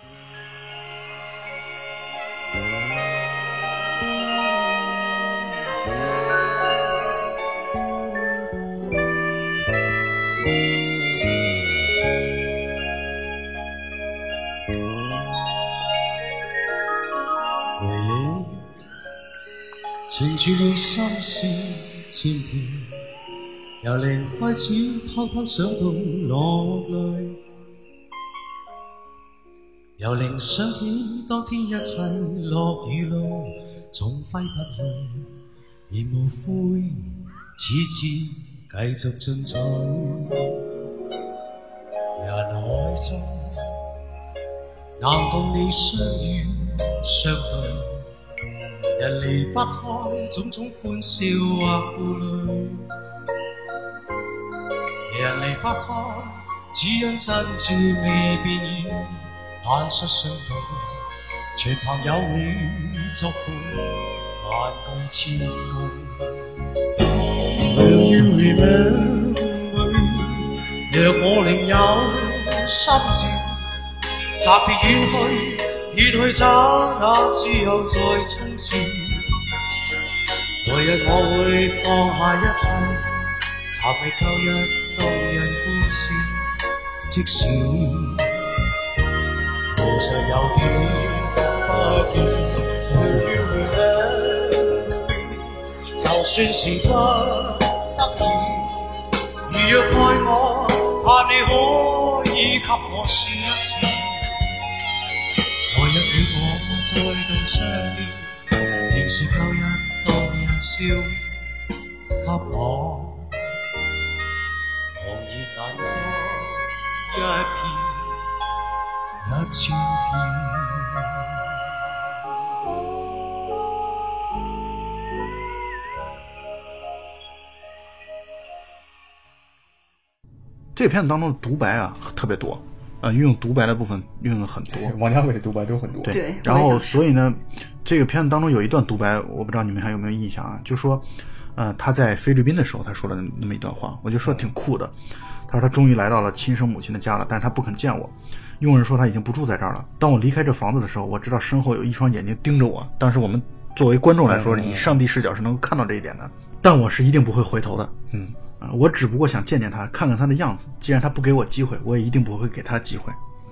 纏住了心事千遍，由零開始偷偷想到落淚，由零想起當天一切落雨路，總揮不去，而無悔始至繼續進取。人海中難共你相遇相對，人離不開種種歡笑或顧慮，人離不開只因真摯未變異，坦率相對，全憑有你作伴，萬句千句。Will you remember me？ 若我另有心志，暫別遠去。遠去找那之後再親切，來日我會放下一切，尋覓舊日動人故事，即使路上有天不見 Will you remember me？ 就算是不得已，如若愛我，盼你可以給我說一次。來日與我再度相見，仍是舊日動人笑，給我狂熱眼光一片一千片。 这片子当中的独白啊特别多。呃，运用独白的部分运用了很多， 王家卫的独白都很多。 对，然后所以呢，这个片子当中有一段独白，我不知道你们还有没有印象啊？就说，呃，他在菲律宾的时候，他说了那么一段话，我就说挺酷的。他说他终于来到了亲生母亲的家了，但是他不肯见我。佣人说他已经不住在这儿了。当我离开这房子的时候，我知道身后有一双眼睛盯着我。当时我们作为观众来说，以上帝视角是能够看到这一点的。但我是一定不会回头的。嗯。我只不过想见见他，看看他的样子。既然他不给我机会，我也一定不会给他机会。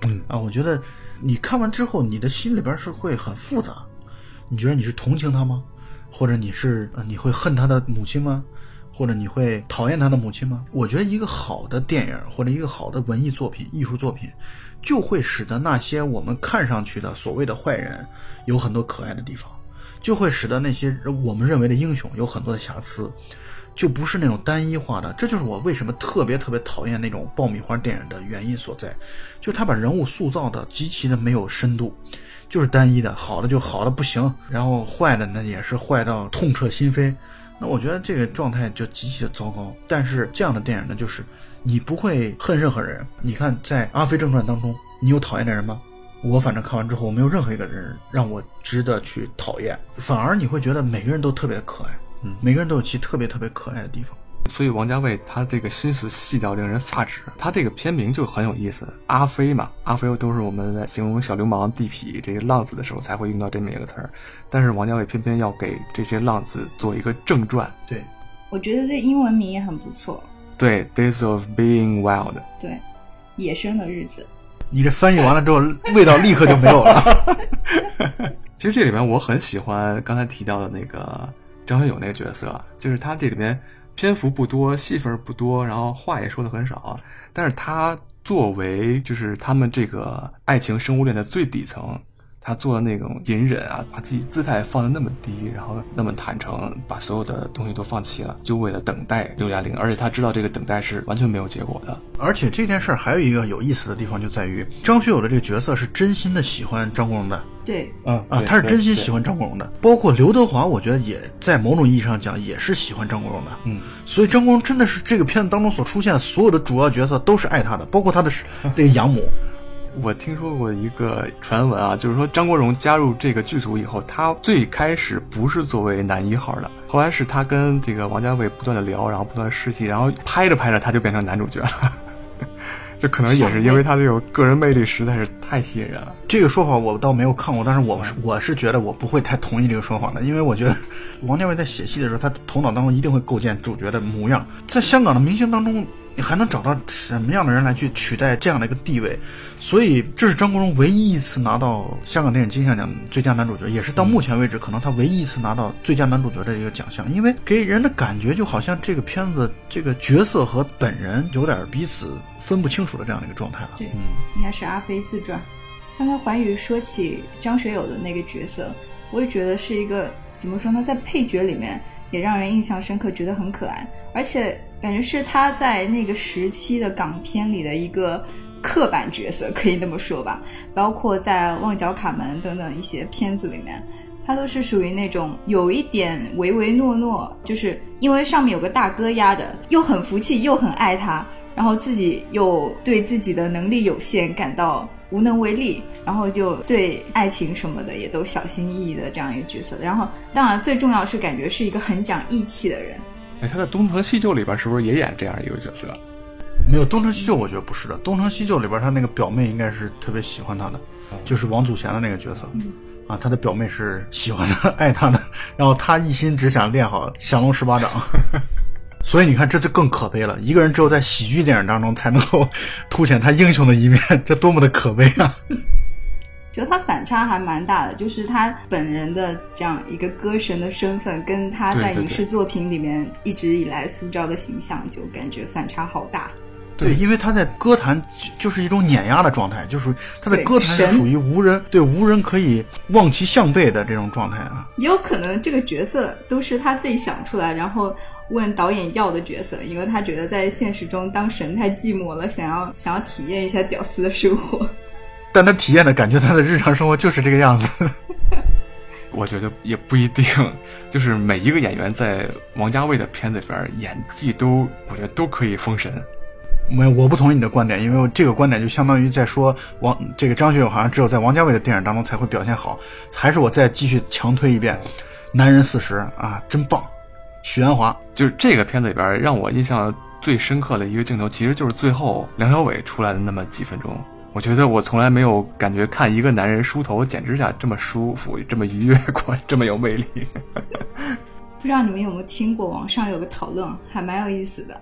嗯啊，我觉得你看完之后，你的心里边是会很复杂。你觉得你是同情他吗？或者你是呃你会恨他的母亲吗？或者你会讨厌他的母亲吗？我觉得一个好的电影或者一个好的文艺作品、艺术作品，就会使得那些我们看上去的所谓的坏人有很多可爱的地方，就会使得那些我们认为的英雄有很多的瑕疵，就不是那种单一化的。这就是我为什么特别特别讨厌那种爆米花电影的原因所在，就是他把人物塑造的极其的没有深度，就是单一的，好的就好的不行，然后坏的呢也是坏到痛彻心扉。那我觉得这个状态就极其的糟糕。但是这样的电影呢，就是你不会恨任何人。你看在《阿飞正传》当中，你有讨厌的人吗？我反正看完之后，我没有任何一个人让我值得去讨厌，反而你会觉得每个人都特别的可爱，嗯，每个人都有其特别特别可爱的地方。 所以王家卫他这个心思细到令人发指，他这个片名就很有意思，阿飞嘛，阿飞都是我们在形容小流氓地痞这些浪子的时候才会用到这么一个词儿，但是王家卫偏偏要给这些浪子做一个正传。 对， 我觉得这英文名也很不错。 对 Days of Being Wild， 对，野生的日子。 你这翻译完了之后味道立刻就没有了。 其实这里面我很喜欢刚才提到的那个张学友那个角色，就是他这里面篇幅不多，戏份不多，然后话也说的很少，但是他作为就是他们这个爱情生物链的最底层，他做的那种隐忍啊，把自己姿态放得那么低，然后那么坦诚，把所有的东西都放弃了，就为了等待刘嘉玲，而且他知道这个等待是完全没有结果的。 而且这件事儿还有一个有意思的地方，就在于张学友的这个角色是真心的喜欢张国荣的。 对， 嗯啊，他是真心喜欢张国荣的。包括刘德华，我觉得也在某种意义上讲也是喜欢张国荣的。 嗯， 所以张国荣真的是这个片子当中所出现的所有的主要角色都是爱他的，包括他的这个养母。 我听说过一个传闻啊，就是说张国荣加入这个剧组以后，他最开始不是作为男一号的，后来是他跟这个王家卫不断的聊，然后不断的试戏，然后拍着拍着他就变成男主角了。就可能也是因为他这种个人魅力实在是太吸引人了。 这个说法我倒没有看过，但是我是我是觉得我不会太同意这个说法的，因为我觉得王家卫在写戏的时候，他头脑当中一定会构建主角的模样。在香港的明星当中，你还能找到什么样的人来去取代这样的一个地位？所以这是张国荣唯一一次拿到香港电影金像奖最佳男主角，也是到目前为止可能他唯一一次拿到最佳男主角的一个奖项。因为给人的感觉就好像这个片子这个角色和本人有点彼此分不清楚的这样的一个状态了。 对，应该是阿飞自传。刚才环宇说起张学友的那个角色，我也觉得是一个怎么说呢，在配角里面也让人印象深刻，觉得很可爱，而且感觉是他在那个时期的港片里的一个刻板角色，可以这么说吧。包括在《旺角卡门》等等一些片子里面，他都是属于那种有一点唯唯诺诺，就是因为上面有个大哥压着，又很服气又很爱他，然后自己又对自己的能力有限感到无能为力，然后就对爱情什么的也都小心翼翼的这样一个角色。然后当然最重要是感觉是一个很讲义气的人。 哎，他在《东成西就》里边是不是也演这样一个角色？ 没有，《东成西就》我觉得不是的，《东成西就》里边他那个表妹应该是特别喜欢他的，嗯、就是王祖贤的那个角色。嗯啊，他的表妹是喜欢他、爱他的，然后他一心只想练好降龙十八掌。所以你看，这就更可悲了。一个人只有在喜剧电影当中才能够凸显他英雄的一面，这多么的可悲啊！ 觉得他反差还蛮大的，就是他本人的这样一个歌神的身份，跟他在影视作品里面一直以来塑造的形象，就感觉反差好大。 对，因为他在歌坛就是一种碾压的状态，就是他在歌坛是属于无人对无人可以望其项背的这种状态啊。 也有可能这个角色都是他自己想出来，然后问导演要的角色，因为他觉得在现实中当神太寂寞了，想要想要体验一下屌丝的生活。 但他体验的感觉，他的日常生活就是这个样子。 我觉得也不一定，就是每一个演员在王家卫的片子里边演技都，我觉得都可以封神。 没有，我不同意你的观点，因为这个观点就相当于在说王这个张学友好像只有在王家卫的电影当中才会表现好。还是我再继续强推一遍，男人四十啊，真棒！许鞍华， 就是这个片子里边让我印象最深刻的一个镜头，其实就是最后梁朝伟出来的那么几分钟。我觉得我从来没有感觉看一个男人梳头剪指甲这么舒服，这么愉悦过，这么有魅力。 不知道你们有没有听过，网上有个讨论还蛮有意思的，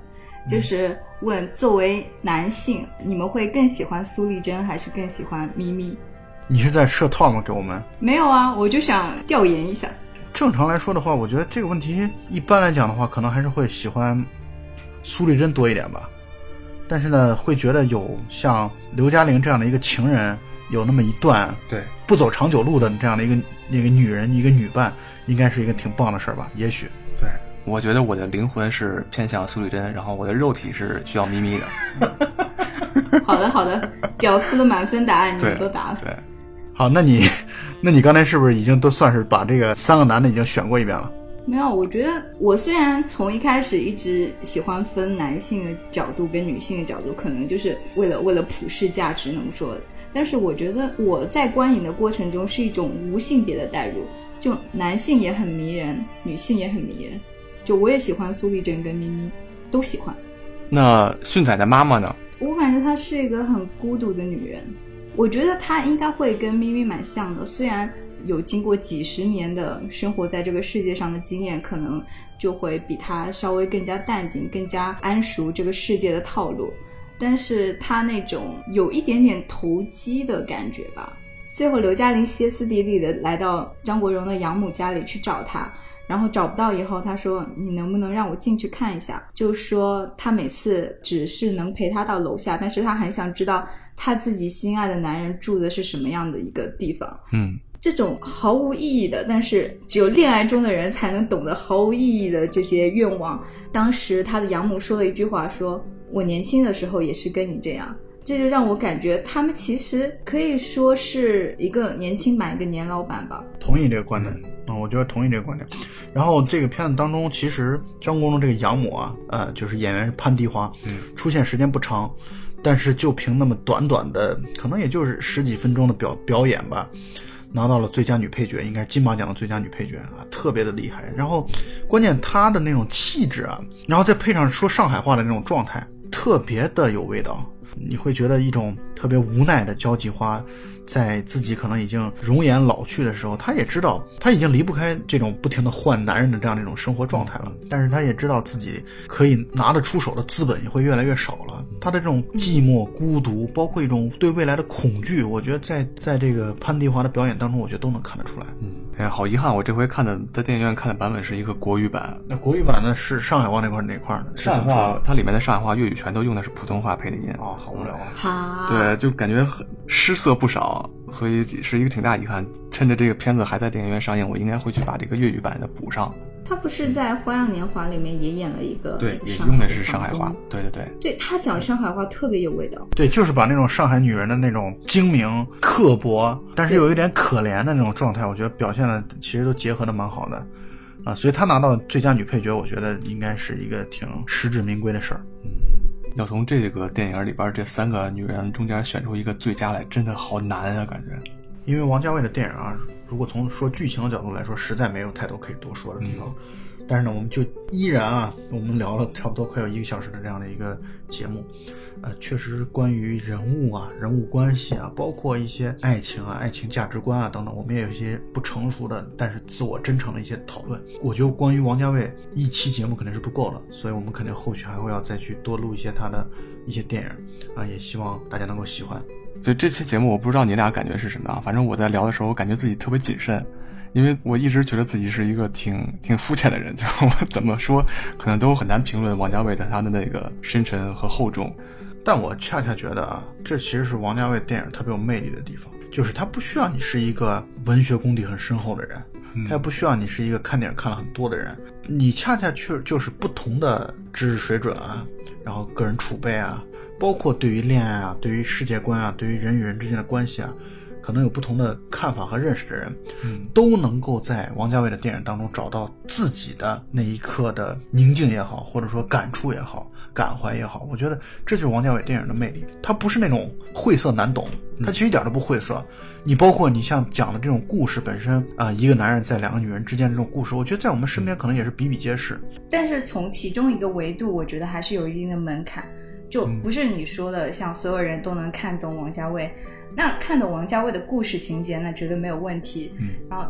就是问作为男性，你们会更喜欢苏丽珍还是更喜欢咪咪？ 你是在设套吗？给我们？ 没有啊，我就想调研一下。 正常来说的话，我觉得这个问题一般来讲的话，可能还是会喜欢苏丽珍多一点吧。但是呢，会觉得有像刘嘉玲这样的一个情人，有那么一段对不走长久路的这样的一个一个女人，一个女伴，应该是一个挺棒的事儿吧？也许。 对，我觉得我的灵魂是偏向苏丽珍，然后我的肉体是需要咪咪的。 好的好的，屌丝的满分答案你们都答了。 对。 好，那你那你刚才是不是已经都算是把这个三个男的已经选过一遍了？ 没有，我觉得我虽然从一开始一直喜欢分男性的角度跟女性的角度，可能就是为了为了普世价值那么说，但是我觉得我在观影的过程中是一种无性别的代入，就男性也很迷人，女性也很迷人，就我也喜欢苏丽珍跟咪咪，都喜欢。 那迅仔的妈妈呢？ 我感觉她是一个很孤独的女人，我觉得她应该会跟咪咪蛮像的，虽然有经过几十年的生活在这个世界上的经验，可能就会比她稍微更加淡定，更加谙熟这个世界的套路，但是她那种有一点点投机的感觉吧。最后刘嘉玲歇斯底里的来到张国荣的养母家里去找她，然后找不到以后，他说你能不能让我进去看一下，就说他每次只是能陪他到楼下，但是他很想知道他自己心爱的男人住的是什么样的一个地方。 嗯， 这种毫无意义的，但是只有恋爱中的人才能懂得毫无意义的这些愿望，当时他的养母说了一句话，说我年轻的时候也是跟你这样，这就让我感觉他们其实可以说是一个年轻版一个年老版吧。 同意这个观点，嗯，我觉得同意这个观点。然后这个片子当中，其实张国荣这个养母啊，呃，就是演员潘迪华， 嗯， 出现时间不长，但是就凭那么短短的，可能也就是十几分钟的表表演吧，拿到了最佳女配角，应该是金马奖的最佳女配角啊，特别的厉害。然后关键她的那种气质啊，然后再配上说上海话的那种状态，特别的有味道。你会觉得一种特别无奈的交际花，在自己可能已经容颜老去的时候，他也知道他已经离不开这种不停的换男人的这样的一种生活状态了，但是他也知道自己可以拿得出手的资本也会越来越少了。他的这种寂寞孤独，包括一种对未来的恐惧，我觉得在在这个潘迪华的表演当中，我觉得都能看得出来。 嗯，哎，好遗憾，我这回看的在电影院看的版本是一个国语版。 那国语版呢是上海话那块哪块呢？是上海话，它里面的上海话、粤语全都用的是普通话配的音。 哦，好无聊啊！ 好， 对，就感觉很失色不少，所以是一个挺大遗憾。趁着这个片子还在电影院上映，我应该会去把这个粤语版的补上。 他不是在《花样年华》里面也演了一个， 对，也用的是上海话。对对对， 对他讲上海话特别有味道。 对，就是把那种上海女人的那种精明、刻薄，但是有一点可怜的那种状态，我觉得表现的其实都结合的蛮好的啊。所以他拿到最佳女配角，我觉得应该是一个挺实至名归的事儿。 嗯，要从这个电影里边这三个女人中间选出一个最佳来，真的好难啊，感觉。 因为王家卫的电影啊，如果从说剧情的角度来说，实在没有太多可以多说的地方。嗯，但是呢，我们就依然啊，我们聊了差不多快有一个小时的这样的一个节目，呃，确实关于人物啊、人物关系啊，包括一些爱情啊、爱情价值观啊等等，我们也有一些不成熟的，但是自我真诚的一些讨论。我觉得关于王家卫一期节目肯定是不够了，所以我们肯定后续还会要再去多录一些他的一些电影啊，也希望大家能够喜欢。 所以这期节目我不知道你俩感觉是什么啊，反正我在聊的时候我感觉自己特别谨慎，因为我一直觉得自己是一个挺挺肤浅的人，就我怎么说可能都很难评论王家卫的他的那个深沉和厚重。 但我恰恰觉得啊，这其实是王家卫电影特别有魅力的地方，就是他不需要你是一个文学功底很深厚的人，他也不需要你是一个看电影看了很多的人，你恰恰却就是不同的知识水准啊，然后个人储备啊，包括对于恋爱啊，对于世界观啊，对于人与人之间的关系啊，可能有不同的看法和认识的人，嗯，都能够在王家卫的电影当中找到自己的那一刻的宁静也好，或者说感触也好，感怀也好，我觉得这就是王家卫电影的魅力。它不是那种晦涩难懂，它其实一点都不晦涩。你包括你像讲的这种故事本身啊、呃，一个男人在两个女人之间的这种故事，我觉得在我们身边可能也是比比皆是。 但是从其中一个维度，我觉得还是有一定的门槛，就不是你说的像所有人都能看懂王家卫。那看懂王家卫的故事情节，那绝对没有问题。嗯，然后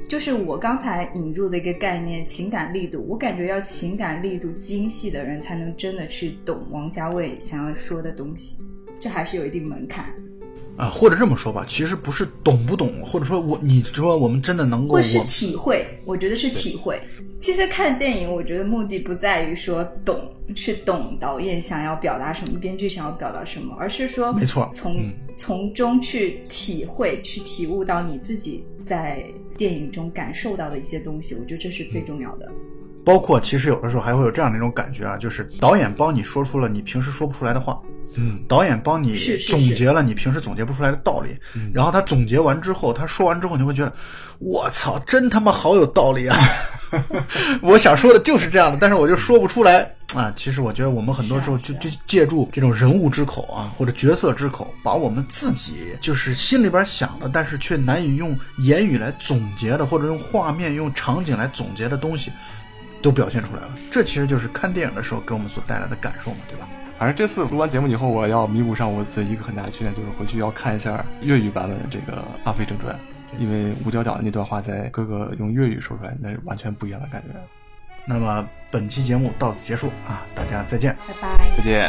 就是我刚才引入的一个概念，情感力度。我感觉要情感力度精细的人才能真的去懂王家卫想要说的东西，这还是有一定门槛啊。或者这么说吧，其实不是懂不懂，或者说我你说我们真的能够， 或是体会，我觉得是体会。其实看电影，我觉得目的不在于说懂，去懂导演想要表达什么，编剧想要表达什么，而是说， 没错， 从、嗯、从中去体会，去体悟到你自己在电影中感受到的一些东西。我觉得这是最重要的。 包括其实有的时候还会有这样的一种感觉啊，就是导演帮你说出了你平时说不出来的话。 嗯， 导演帮你总结了你平时总结不出来的道理， 是是是， 然后他总结完之后，他说完之后，你会觉得，我操，真他妈好有道理啊！我想说的就是这样的，但是我就说不出来啊。其实我觉得我们很多时候就就借助这种人物之口啊，或者角色之口，把我们自己就是心里边想的，但是却难以用言语来总结的，或者用画面、用场景来总结的东西，都表现出来了。这其实就是看电影的时候给我们所带来的感受嘛，对吧？ 反正这次录完节目以后，我要弥补上我的一个很大的缺点，就是回去要看一下粤语版本的这个《阿飞正传》，因为五角岛的那段话在哥哥用粤语说出来，那是完全不一样的感觉。 那么本期节目到此结束啊，大家再见， 拜拜， 再见。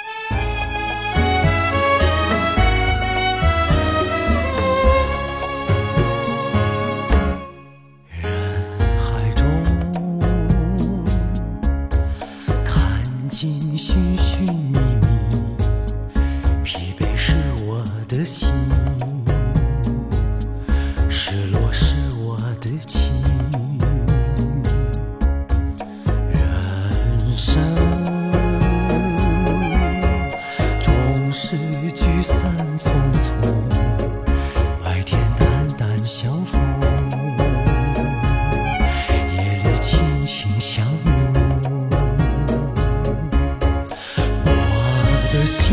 寻寻觅觅，疲惫是我的心，失落是我的情。人生总是聚散匆匆，白天淡淡相逢，夜里轻轻相拥。心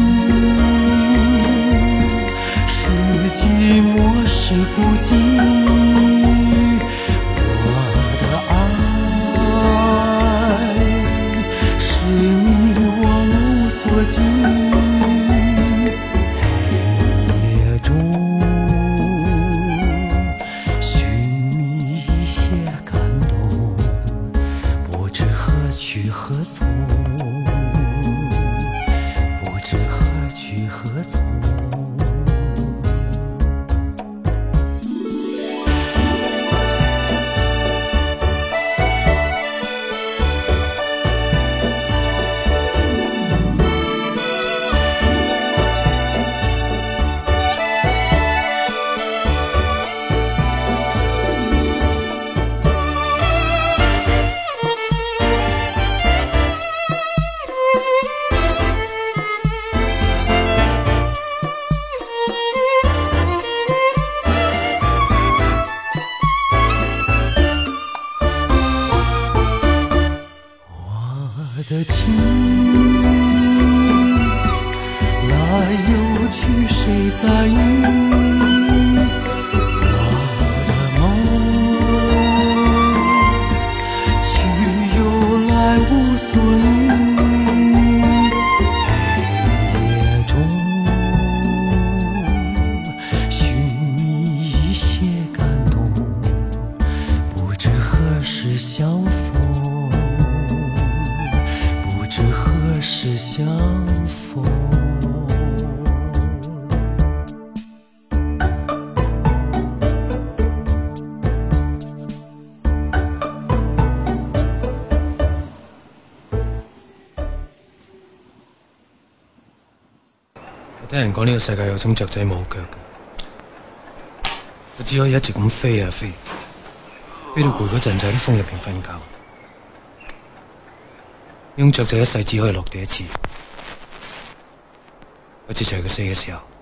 是寂寞是孤寂，我的爱是你我无所尽。黑夜中寻觅一些感动，不知何去何从，去何从？我的情来又去，谁在意？我的梦去又来无所依。黑夜中寻觅一些感动，不知何时相逢。何时相逢？ 我聽人講呢個世界有種雀仔冇腳嘅，佢只可以一直咁飛啊飛，飛到攰嗰陣就喺啲風入邊瞓覺。呢種雀仔一世只可以落地一次，嗰次就係佢死嘅時候。